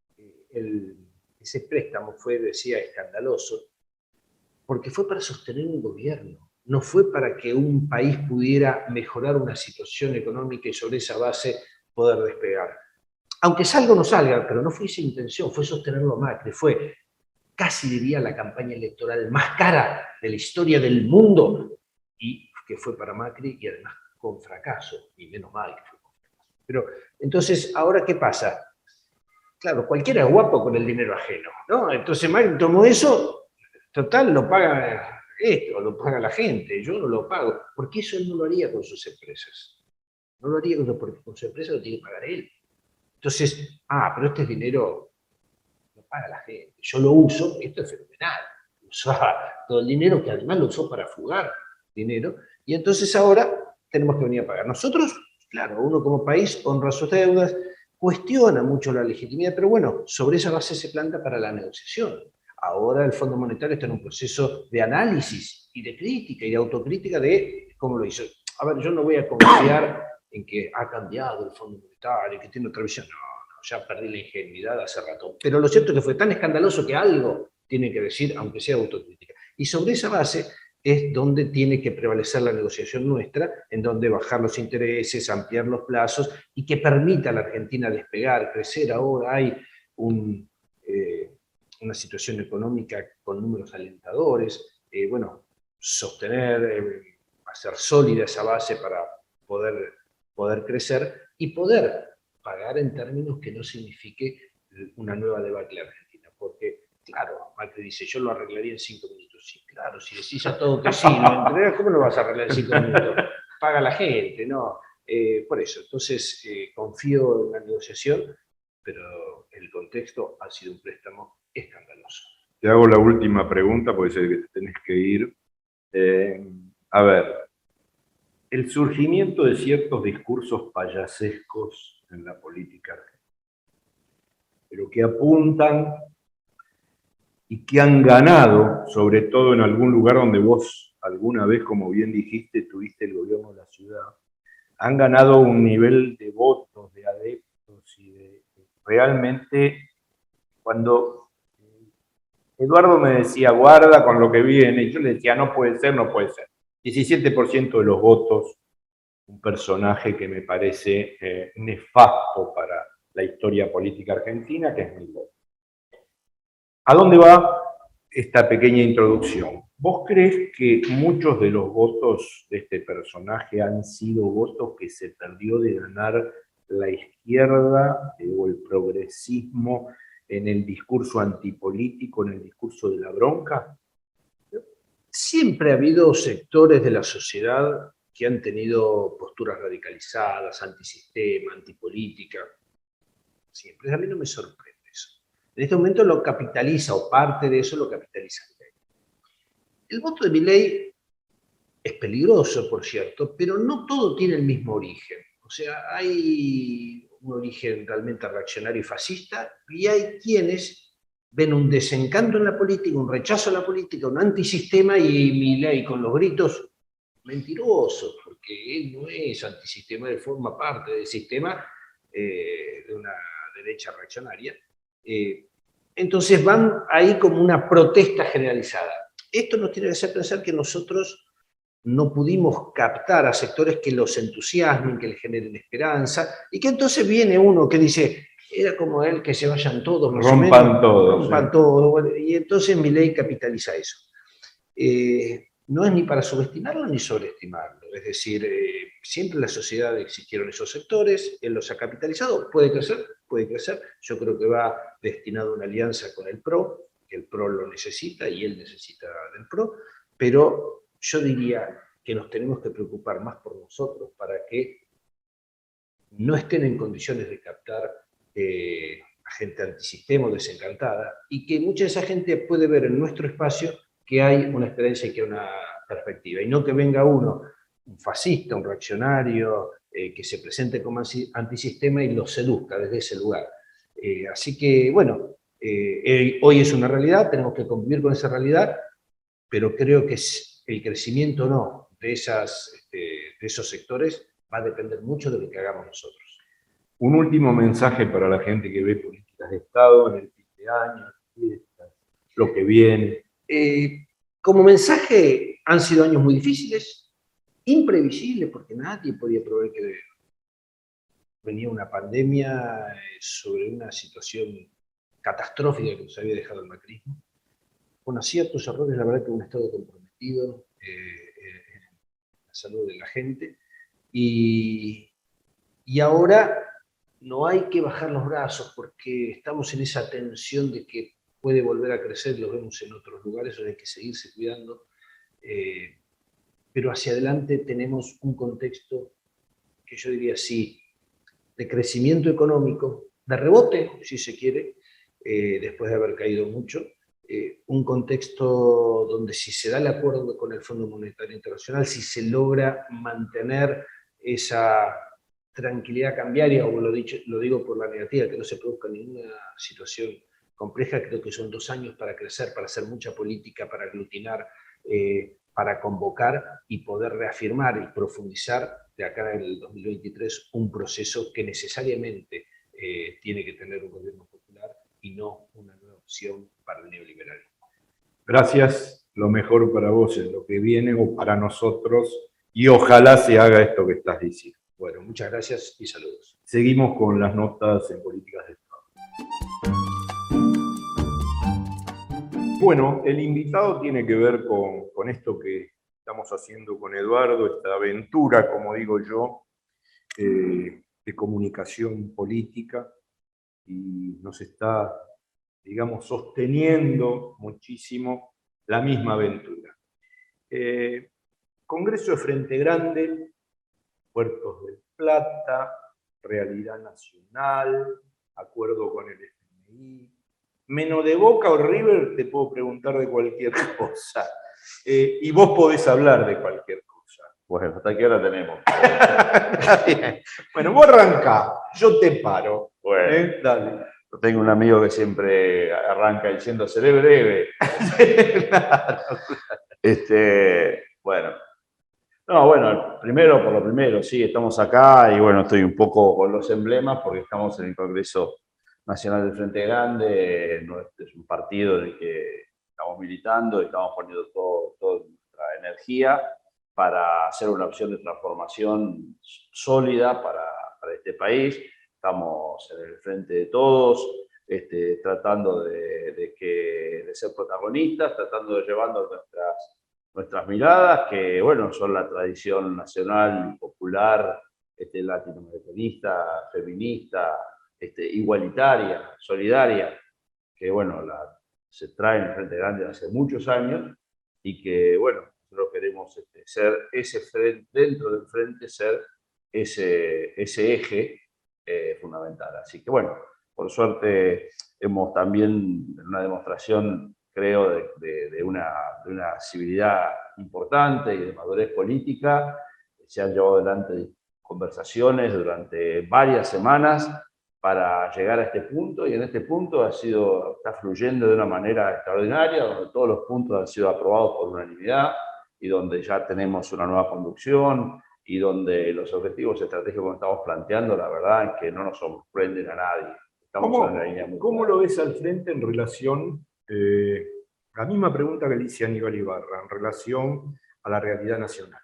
El, ese préstamo fue, decía, escandaloso, porque fue para sostener un gobierno. No fue para que un país pudiera mejorar una situación económica y sobre esa base poder despegar. Aunque salga o no salga, pero no fue esa intención, fue sostenerlo a Macri, fue, casi diría, la campaña electoral más cara de la historia del mundo, y que fue para Macri, y además con fracaso, y menos mal que fue con fracaso. Pero, entonces, ¿ahora qué pasa? Claro, cualquiera es guapo con el dinero ajeno, ¿no? Entonces Macri tomó eso, total, lo paga esto, lo paga la gente, yo no lo pago, porque eso él no lo haría con sus empresas. No lo haría con, porque con su empresa lo tiene que pagar él. Entonces, ah, pero este dinero lo paga la gente, yo lo uso, esto es fenomenal. Usaba todo el dinero, que además lo usó para fugar dinero, y entonces ahora tenemos que venir a pagar. Nosotros, claro, uno como país honra sus deudas, cuestiona mucho la legitimidad, pero bueno, sobre esa base se planta para la negociación. Ahora el Fondo Monetario está en un proceso de análisis y de crítica y de autocrítica de cómo lo hizo. A ver, yo no voy a confiar en que ha cambiado el Fondo Monetario, que tiene otra visión. No, no, ya perdí la ingenuidad hace rato. Pero lo cierto es que fue tan escandaloso que algo tiene que decir, aunque sea autocrítica. Y sobre esa base es donde tiene que prevalecer la negociación nuestra, en donde bajar los intereses, ampliar los plazos y que permita a la Argentina despegar, crecer. Ahora hay un... Eh, una situación económica con números alentadores, eh, bueno, sostener, eh, hacer sólida esa base para poder, poder crecer y poder pagar en términos que no signifique una nueva debacle argentina. Porque, claro, Macri dice, yo lo arreglaría en cinco minutos. Sí, claro, si decís a todo que sí, ¿no? ¿Cómo lo vas a arreglar en cinco minutos? Paga la gente, ¿no? Eh, por eso, entonces, eh, confío en la negociación, pero el contexto ha sido un préstamo escandaloso. Te hago la última pregunta, porque sé que te tenés que ir. Eh, a ver, el surgimiento de ciertos discursos payasescos en la política argentina, pero que apuntan y que han ganado, sobre todo en algún lugar donde vos alguna vez, como bien dijiste, tuviste el gobierno de la ciudad, han ganado un nivel de votos, de adeptos, y de, realmente cuando Eduardo me decía, guarda con lo que viene, y yo le decía, no puede ser, no puede ser. diecisiete por ciento de los votos, un personaje que me parece eh, nefasto para la historia política argentina, que es Milei. ¿A dónde va esta pequeña introducción? ¿Vos crees que muchos de los votos de este personaje han sido votos que se perdió de ganar la izquierda eh, o el progresismo en el discurso antipolítico, en el discurso de la bronca? Siempre ha habido sectores de la sociedad que han tenido posturas radicalizadas, antisistema, antipolítica. Siempre. A mí no me sorprende eso. En este momento lo capitaliza, o parte de eso lo capitaliza Milei. El voto de Milei es peligroso, por cierto, pero no todo tiene el mismo origen. O sea, hay un origen realmente reaccionario y fascista, y hay quienes ven un desencanto en la política, un rechazo a la política, un antisistema, y Milei con los gritos, mentiroso, porque él no es antisistema, él forma parte del sistema eh, de una derecha reaccionaria. Eh, entonces van ahí como una protesta generalizada. Esto nos tiene que hacer pensar que nosotros no pudimos captar a sectores que los entusiasmen, que les generen esperanza, y que entonces viene uno que dice, era como él, que se vayan todos, más rompan o menos, todo, rompan sí. todo, bueno, y entonces Milei capitaliza eso. Eh, no es ni para subestimarlo ni sobreestimarlo, es decir, eh, siempre en la sociedad existieron esos sectores, él los ha capitalizado, puede crecer, puede crecer, yo creo que va destinado a una alianza con el P R O, que el P R O lo necesita y él necesita del P R O, pero yo diría que nos tenemos que preocupar más por nosotros para que no estén en condiciones de captar eh, a gente antisistema o desencantada, y que mucha de esa gente puede ver en nuestro espacio que hay una esperanza y que hay una perspectiva, y no que venga uno, un fascista, un reaccionario, eh, que se presente como antisistema y lo seduzca desde ese lugar. Eh, así que, bueno, eh, hoy es una realidad, tenemos que convivir con esa realidad, pero creo que el crecimiento o no de, esas, este, de esos sectores va a depender mucho de lo que hagamos nosotros. Un último mensaje para la gente que ve políticas de Estado en el fin de año, fiestas, lo que viene. Eh, como mensaje, han sido años muy difíciles, imprevisibles, porque nadie podía prever que venía una pandemia sobre una situación catastrófica que nos había dejado el macrismo, con aciertos, errores, la verdad que un Estado comprometido eh, en la salud de la gente, y, y ahora no hay que bajar los brazos porque estamos en esa tensión de que puede volver a crecer, lo vemos en otros lugares, donde hay que seguirse cuidando, eh, pero hacia adelante tenemos un contexto que yo diría sí, de crecimiento económico, de rebote, si se quiere, eh, después de haber caído mucho, eh, un contexto donde si se da el acuerdo con el Fondo Monetario Internacional, si se logra mantener esa tranquilidad cambiaria, o lo, dicho, lo digo por la negativa, que no se produzca ninguna situación compleja, creo que son dos años para crecer, para hacer mucha política, para aglutinar, eh, para convocar y poder reafirmar y profundizar de acá en el dos mil veintitrés un proceso que necesariamente eh, tiene que tener un gobierno popular y no una nueva opción para el neoliberalismo. Gracias, lo mejor para vos en lo que viene o para nosotros, y ojalá se haga esto que estás diciendo. Bueno, muchas gracias y saludos. Seguimos con las notas en políticas de Estado. Bueno, el invitado tiene que ver con, con esto que estamos haciendo con Eduardo, esta aventura, como digo yo, eh, de comunicación política, y nos está, digamos, sosteniendo muchísimo la misma aventura. Eh, Congreso de Frente Grande, Puertos del Plata, Realidad Nacional, acuerdo con el F M I, menos de Boca o River te puedo preguntar de cualquier cosa. Eh, y vos podés hablar de cualquier cosa. Bueno, ¿hasta qué hora tenemos? Bueno, vos arrancá, yo te paro. Bueno, ¿eh? Dale. yo tengo un amigo que siempre arranca diciendo, seré breve. Claro. Este, bueno, No, bueno, primero por lo primero, sí, estamos acá y bueno, estoy un poco con los emblemas porque estamos en el Congreso Nacional del Frente Grande, no, este es un partido en el que estamos militando y estamos poniendo todo, toda nuestra energía para hacer una opción de transformación sólida para, para este país. Estamos en el frente de todos, este, tratando de, de, que, de ser protagonistas, tratando de llevando nuestras, nuestras miradas, que bueno, son la tradición nacional, popular, este, latinoamericanista, feminista, este, igualitaria, solidaria, que bueno, la, se trae en el Frente Grande hace muchos años y que bueno, nosotros queremos este, ser ese frente, dentro del frente, ser ese, ese eje eh, fundamental. Así que bueno, por suerte hemos también, en una demostración, creo, de, de, de, una, de una civilidad importante y de madurez política, se han llevado adelante conversaciones durante varias semanas para llegar a este punto, y en este punto ha sido, está fluyendo de una manera extraordinaria, donde todos los puntos han sido aprobados por unanimidad, y donde ya tenemos una nueva conducción, y donde los objetivos estratégicos que estamos planteando, la verdad es que no nos sorprenden a nadie. Estamos ¿Cómo, en una línea muy ¿cómo clara. lo ves al frente en relación, eh, la misma pregunta que le hice a Aníbal Ibarra, en relación a la realidad nacional?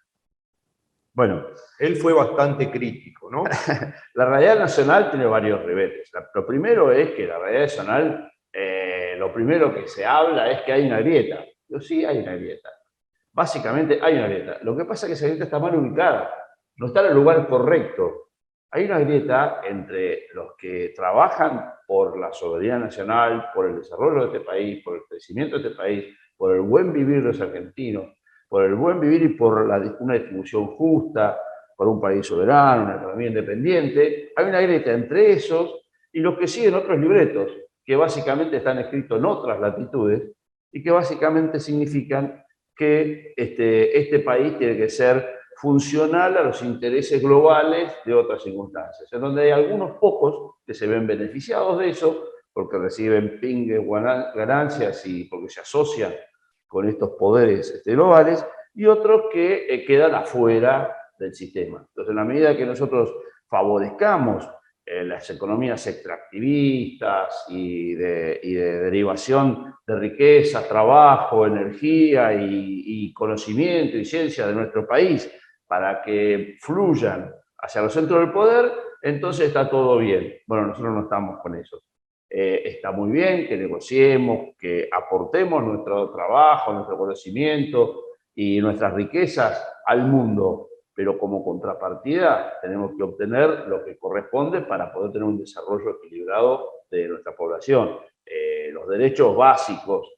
Bueno, él fue bastante crítico, ¿no? La realidad nacional tiene varios revetes. Lo primero es que la realidad nacional, eh, lo primero que se habla es que hay una grieta. Yo sí, hay una grieta. Básicamente hay una grieta. Lo que pasa es que esa grieta está mal ubicada, no está en el lugar correcto. Hay una grieta entre los que trabajan por la soberanía nacional, por el desarrollo de este país, por el crecimiento de este país, por el buen vivir de los argentinos, por el buen vivir y por la, una distribución justa, por un país soberano, una economía independiente. Hay una grieta entre esos y los que siguen otros libretos, que básicamente están escritos en otras latitudes y que básicamente significan que este, este país tiene que ser funcional a los intereses globales de otras circunstancias, en donde hay algunos pocos que se ven beneficiados de eso, porque reciben pingues, ganancias y porque se asocian con estos poderes este, globales, y otros que eh, quedan afuera del sistema. Entonces, en la medida que nosotros favorezcamos eh, las economías extractivistas y de, y de derivación de riqueza, trabajo, energía y, y conocimiento y ciencia de nuestro país para que fluyan hacia los centros del poder, entonces está todo bien. Bueno, nosotros no estamos con eso. Eh, está muy bien que negociemos, que aportemos nuestro trabajo, nuestro conocimiento y nuestras riquezas al mundo, pero como contrapartida tenemos que obtener lo que corresponde para poder tener un desarrollo equilibrado de nuestra población. Eh, los derechos básicos,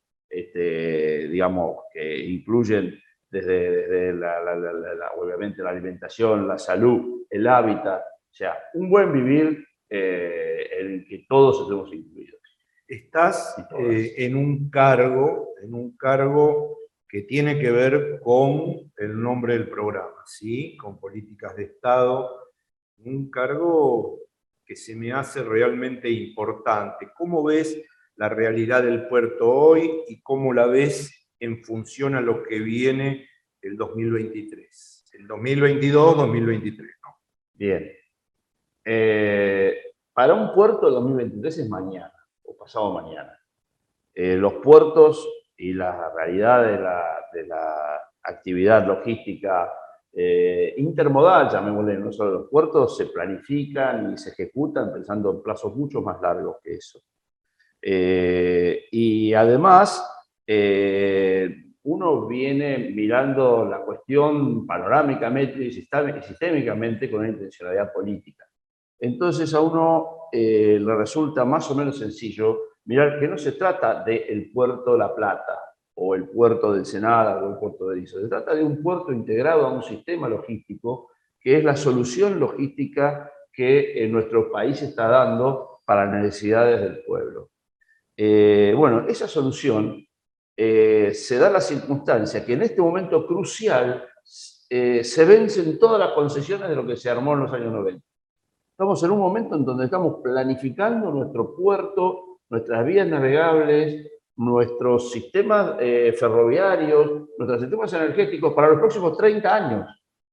este, digamos, que incluyen desde, desde la, la, la, la, obviamente la alimentación, la salud, el hábitat, o sea, un buen vivir eh, en el que todos estemos incluidos. Estás eh, en un cargo, en un cargo que tiene que ver con el nombre del programa, ¿sí? Con políticas de Estado, un cargo que se me hace realmente importante. ¿Cómo ves la realidad del puerto hoy y cómo la ves en función a lo que viene el dos mil veintitrés? El dos mil veintidós dos mil veintitrés, ¿no? Bien. Eh, para un puerto el dos mil veintitrés es mañana, o pasado mañana. Eh, los puertos y la realidad de la, de la actividad logística eh, intermodal, llamémosle, no solo los puertos, se planifican y se ejecutan pensando en plazos mucho más largos que eso. Eh, y además, eh, uno viene mirando la cuestión panorámicamente y sistémicamente con una intencionalidad política. Entonces a uno eh, le resulta más o menos sencillo mirar que no se trata del puerto La Plata, o el puerto del Senado, o el puerto de Iso. Se trata de un puerto integrado a un sistema logístico que es la solución logística que en nuestro país está dando para las necesidades del pueblo. Eh, bueno, esa solución eh, se da la circunstancia que en este momento crucial eh, se vencen todas las concesiones de lo que se armó en los años noventa. Estamos en un momento en donde estamos planificando nuestro puerto, nuestras vías navegables, nuestros sistemas eh, ferroviarios, nuestros sistemas energéticos para los próximos treinta años.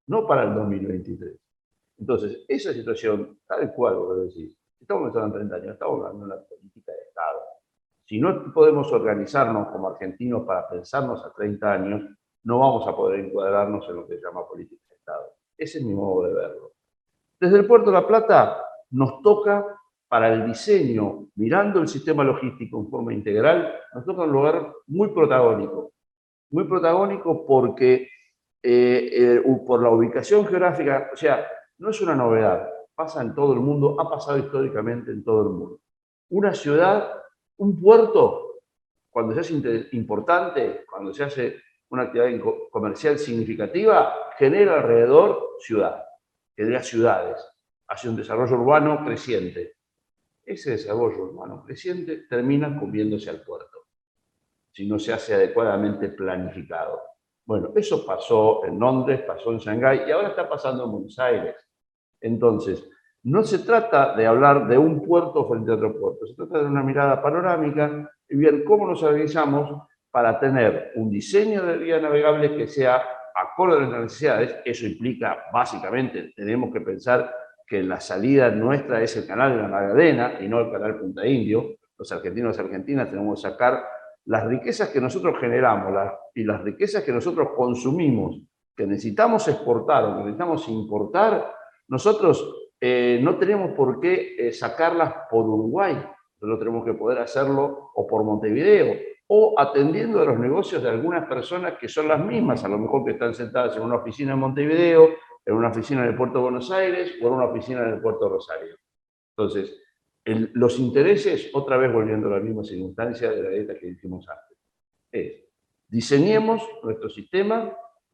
no para el dos mil veintitrés. Entonces, esa situación, tal cual, lo que decís, estamos pensando en treinta años, estamos hablando de una política de Estado. Si no podemos organizarnos como argentinos para pensarnos a treinta años, no vamos a poder encuadrarnos en lo que se llama política de Estado. Ese es mi modo de verlo. Desde el Puerto de La Plata nos toca, para el diseño, mirando el sistema logístico en forma integral, nos toca un lugar muy protagónico. Muy protagónico porque eh, eh, por la ubicación geográfica, o sea, no es una novedad, pasa en todo el mundo, ha pasado históricamente en todo el mundo. Una ciudad, un puerto, cuando se hace importante, cuando se hace una actividad comercial significativa, genera alrededor ciudad, genera ciudades, hace un desarrollo urbano creciente. Ese desarrollo urbano creciente termina comiéndose al puerto, si no se hace adecuadamente planificado. Bueno, eso pasó en Londres, pasó en Shanghái y ahora está pasando en Buenos Aires. Entonces, no se trata de hablar de un puerto frente a otro puerto, se trata de una mirada panorámica y ver cómo nos organizamos para tener un diseño de vía navegable que sea acorde a nuestras necesidades. Eso implica, básicamente, tenemos que pensar que la salida nuestra es el canal de la Magdalena y no el canal Punta Indio. Los argentinos y argentinas tenemos que sacar las riquezas que nosotros generamos las, y las riquezas que nosotros consumimos, que necesitamos exportar o que necesitamos importar, nosotros eh, no tenemos por qué eh, sacarlas por Uruguay, nosotros tenemos que poder hacerlo o por Montevideo, o atendiendo a los negocios de algunas personas que son las mismas, a lo mejor que están sentadas en una oficina en Montevideo, en una oficina en el puerto de Buenos Aires o en una oficina en el puerto de Rosario. Entonces, el, los intereses, otra vez volviendo a la misma circunstancia de la dieta que dijimos antes, es diseñemos nuestro sistema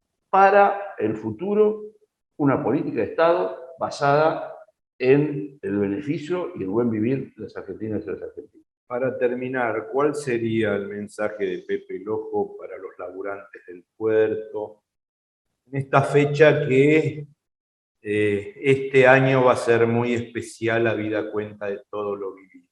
para el futuro, una política de Estado basada en el beneficio y el buen vivir de los argentinos y los argentinos. Para terminar, ¿cuál sería el mensaje de Pepe Lojo para los laburantes del puerto en esta fecha que eh, este año va a ser muy especial, habida cuenta de todo lo vivido?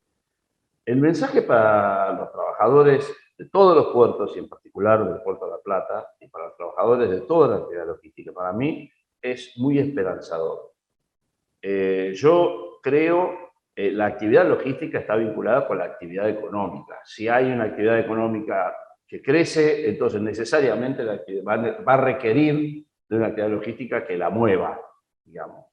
El mensaje para los trabajadores de todos los puertos, y en particular del Puerto de La Plata, y para los trabajadores de toda la actividad logística, para mí es muy esperanzador. Eh, yo creo que eh, la actividad logística está vinculada con la actividad económica. Si hay una actividad económica que crece, entonces necesariamente la actividad va, va a requerir de una actividad logística que la mueva, digamos.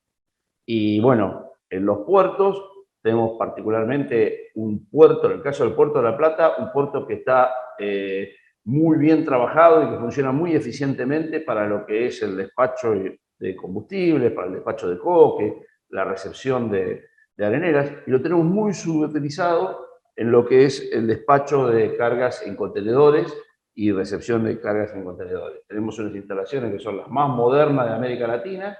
Y bueno, en los puertos tenemos particularmente un puerto, en el caso del Puerto de La Plata, un puerto que está eh, muy bien trabajado y que funciona muy eficientemente para lo que es el despacho de combustibles, para el despacho de coque, la recepción de, de areneras, y lo tenemos muy subutilizado en lo que es el despacho de cargas en contenedores y recepción de cargas en contenedores. Tenemos unas instalaciones que son las más modernas de América Latina,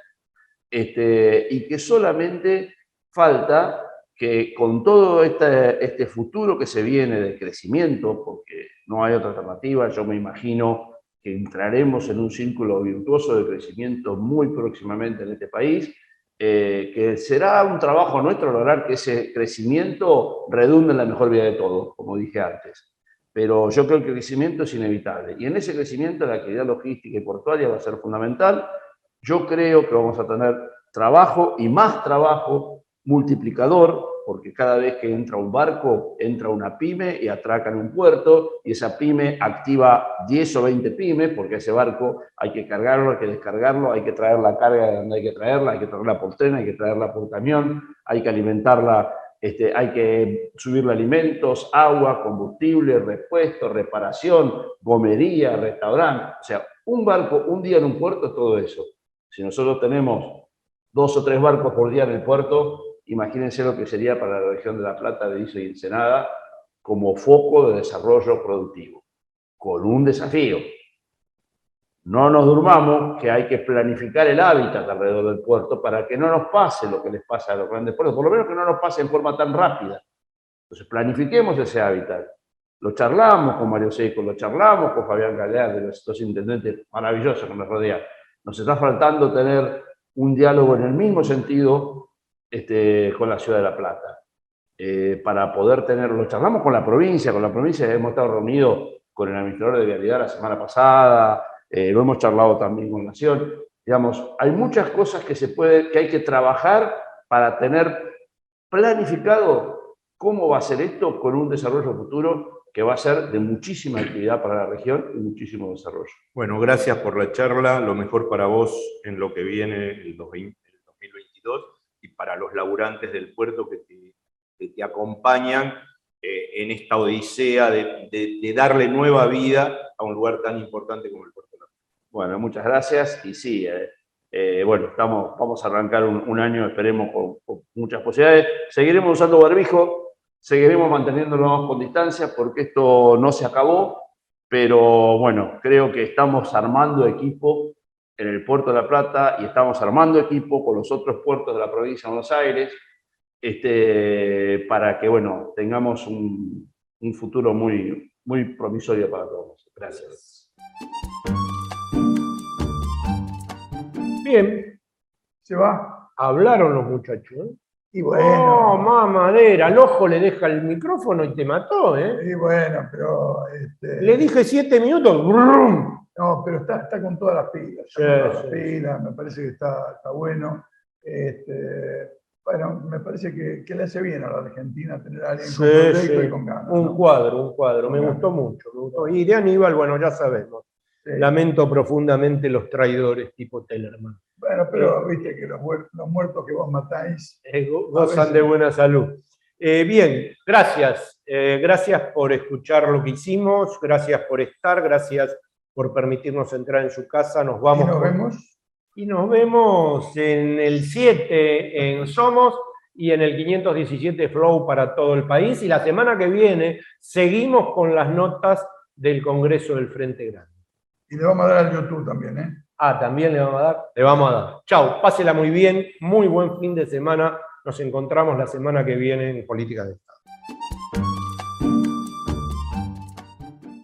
este, y que solamente falta que con todo este, este futuro que se viene de crecimiento, porque no hay otra alternativa, yo me imagino que entraremos en un círculo virtuoso de crecimiento muy próximamente en este país, eh, que será un trabajo nuestro lograr que ese crecimiento redunde en la mejor vida de todos, como dije antes. Pero yo creo que el crecimiento es inevitable. Y en ese crecimiento la actividad logística y portuaria va a ser fundamental. Yo creo que vamos a tener trabajo y más trabajo multiplicador, porque cada vez que entra un barco, entra una pyme y atraca en un puerto, y esa pyme activa diez o veinte pymes, porque ese barco hay que cargarlo, hay que descargarlo, hay que traer la carga de donde hay que traerla, hay que traerla por tren, hay que traerla por camión, hay que alimentarla, este, hay que subirle alimentos, agua, combustible, repuesto, reparación, gomería, restaurante. O sea, un barco, un día en un puerto es todo eso. Si nosotros tenemos dos o tres barcos por día en el puerto, imagínense lo que sería para la región de La Plata, de Berizo y Ensenada, como foco de desarrollo productivo, con un desafío. No nos durmamos, que hay que planificar el hábitat alrededor del puerto para que no nos pase lo que les pasa a los grandes puertos, por lo menos que no nos pase en forma tan rápida. Entonces, planifiquemos ese hábitat. Lo charlamos con Mario Seco, lo charlamos con Fabián Galear, de los dos intendentes maravillosos que nos rodean. Nos está faltando tener un diálogo en el mismo sentido este, con la ciudad de La Plata. Eh, para poder tenerlo, charlamos con la provincia, con la provincia hemos estado reunidos con el administrador de Vialidad la semana pasada, eh, lo hemos charlado también con Nación, Digamos, hay muchas cosas que, se puede, que hay que trabajar para tener planificado cómo va a ser esto con un desarrollo futuro que va a ser de muchísima actividad para la región y muchísimo desarrollo. Bueno, gracias por la charla, lo mejor para vos en lo que viene el dos mil veintidós y para los laburantes del puerto que te, que te acompañan eh, en esta odisea de, de, de darle nueva vida a un lugar tan importante como el puerto de la Plata. Bueno, muchas gracias y sí, eh, eh, bueno, estamos, vamos a arrancar un, un año, esperemos, con, con muchas posibilidades. Seguiremos usando barbijo, seguiremos manteniéndonos con distancia porque esto no se acabó, pero bueno, creo que estamos armando equipo en el Puerto de la Plata y estamos armando equipo con los otros puertos de la provincia de Buenos Aires este, para que, bueno, tengamos un, un futuro muy, muy promisorio para todos. Gracias. Bien, Se va. hablaron los muchachos. ¿eh? Y No, bueno. mamadera, al ojo le deja el micrófono y te mató, ¿eh? Y bueno, pero. Este, Le dije siete minutos, ¡brum! No, pero está, está con todas las pilas. Está Sí, con todas sí, las pilas, me parece que está, está bueno. Este, bueno, me parece que, que le hace bien a la Argentina tener a alguien con Sí, proyecto sí. y con ganas. Un ¿no? cuadro, un cuadro, Con me ganas. gustó mucho, me gustó. Y de Aníbal, bueno, ya sabemos. Sí. Lamento profundamente los traidores tipo Tellerman. Bueno, pero viste que los, muer- los muertos que vos matáis. Eh, go- A gozan veces. de buena salud. Eh, bien, gracias. Eh, gracias por escuchar lo que hicimos, gracias por estar, gracias por permitirnos entrar en su casa. Nos Y vamos. nos con- vemos. Y nos vemos en el siete en Somos y en el quinientos diecisiete Flow para todo el país. Y la semana que viene seguimos con las notas del Congreso del Frente Grande. Y le vamos a dar al YouTube también, ¿eh? Ah, también le vamos a dar. Le vamos a dar. Chau, pásela muy bien, muy buen fin de semana. Nos encontramos la semana que viene en Política de Estado.